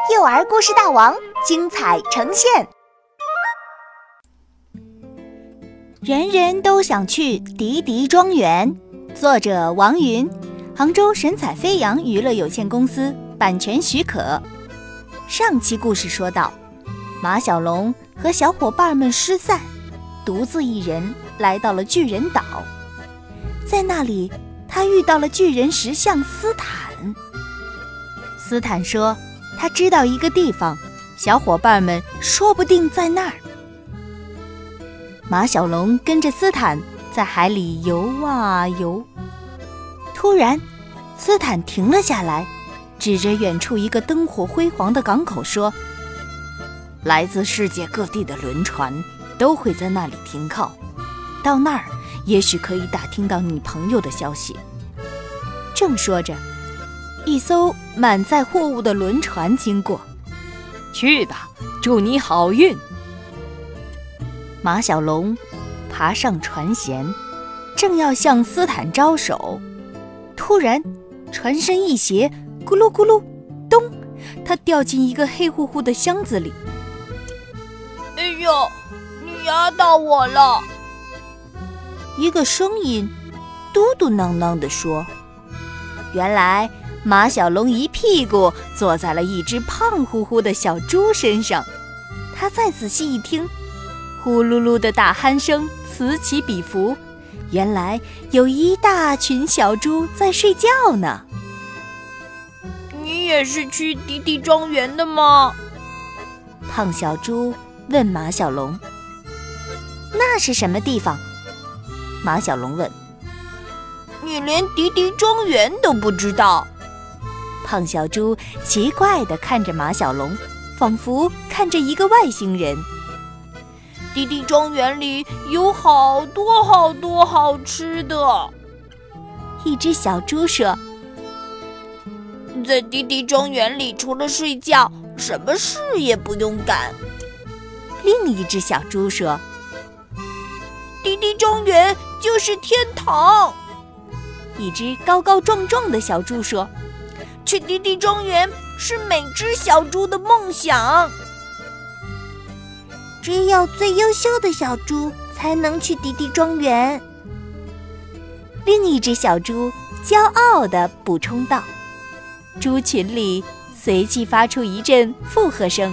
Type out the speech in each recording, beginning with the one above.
幼儿故事大王精彩呈现。人人都想去迪迪庄园，作者王云，杭州神采飞扬娱乐有限公司版权许可。上期故事说到，马小龙和小伙伴们失散，独自一人来到了巨人岛。在那里，他遇到了巨人石像斯坦。斯坦说他知道一个地方，小伙伴们说不定在那儿。马小龙跟着斯坦在海里游啊游，突然斯坦停了下来，指着远处一个灯火辉煌的港口说，来自世界各地的轮船都会在那里停靠，到那儿也许可以打听到你朋友的消息。正说着，一艘满载货物的轮船经过。 去吧，祝你好运。 马小龙爬上船舷，正要向斯坦招手，突然船身一斜，咕噜咕噜，咚，他掉进一个黑乎乎的箱子里。 哎呦，你压到我了！ 一个声音嘟嘟囔囔地说，原来马小龙一屁股坐在了一只胖乎乎的小猪身上。他再仔细一听，呼噜噜的大鼾声此起彼伏，原来有一大群小猪在睡觉呢。 你也是去迪迪庄园的吗？ 胖小猪问马小龙。那是什么地方？马小龙问。 你连迪迪庄园都不知道？ 胖小猪奇怪地看着马小龙，仿佛看着一个外星人。 迪迪庄园里有好多好多好吃的。 一只小猪说， 在迪迪庄园里除了睡觉，什么事也不用干。 另一只小猪说， 迪迪庄园就是天堂。 一只高高壮壮的小猪说， 去迪迪庄园是每只小猪的梦想。 只有最优秀的小猪才能去迪迪庄园。 另一只小猪骄傲地补充道。猪群里随即发出一阵附和声。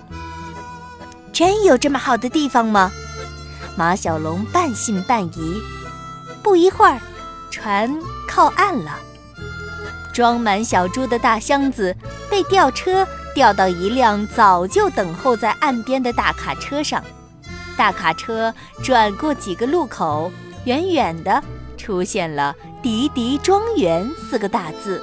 真有这么好的地方吗？马小龙半信半疑。不一会儿，船靠岸了，装满小猪的大箱子被吊车吊到一辆早就等候在岸边的大卡车上。大卡车转过几个路口，远远地出现了迪迪庄园4个大字。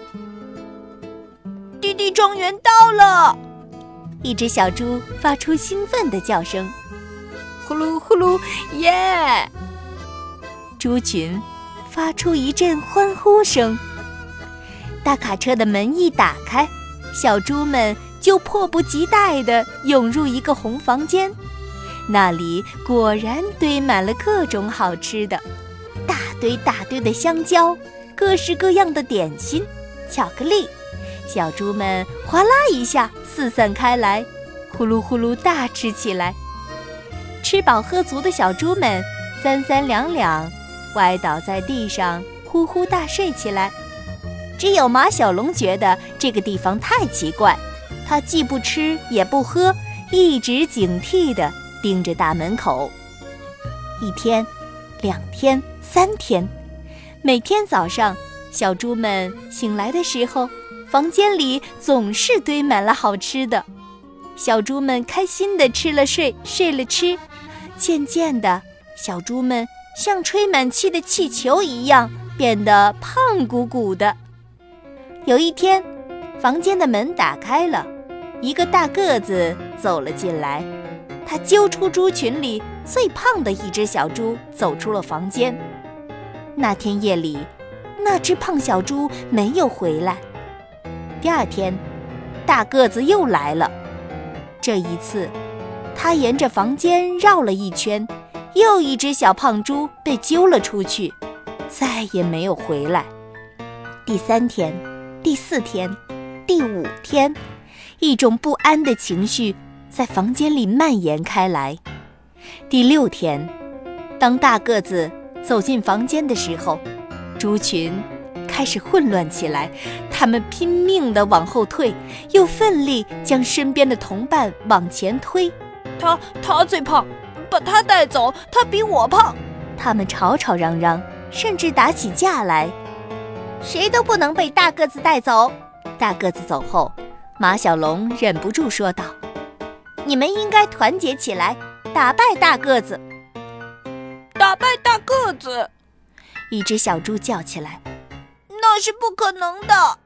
迪迪庄园到了！ 一只小猪发出兴奋的叫声， 呼噜呼噜，耶！ 猪群发出一阵欢呼声。大卡车的门一打开，小猪们就迫不及待地涌入一个红房间，那里果然堆满了各种好吃的，大堆大堆的香蕉，各式各样的点心，巧克力。小猪们哗啦一下四散开来，呼噜呼噜大吃起来。吃饱喝足的小猪们三三两两歪倒在地上，呼呼大睡起来。只有马小龙觉得这个地方太奇怪，他既不吃也不喝，一直警惕地盯着大门口。1天、2天、3天，每天早上小猪们醒来的时候，房间里总是堆满了好吃的。小猪们开心地吃了睡，睡了吃。渐渐的，小猪们像吹满气的气球一样，变得胖鼓鼓的。有一天，房间的门打开了，一个大个子走了进来。他揪出猪群里最胖的一只小猪，走出了房间。那天夜里，那只胖小猪没有回来。第2天，大个子又来了。这一次，他沿着房间绕了一圈，又一只小胖猪被揪了出去，再也没有回来。第3天、第4天、第5天， 一种不安的情绪在房间里蔓延开来。第6天，当大个子走进房间的时候，猪群开始混乱起来，他们拼命地往后退，又奋力将身边的同伴往前推。 他最胖，把他带走，他比我胖。 他们吵吵嚷嚷，甚至打起架来。 谁都不能被大个子带走。 大个子走后，马小龙忍不住说道：“ 你们应该团结起来，打败大个子。” 打败大个子！ 一只小猪叫起来：“ 那是不可能的！”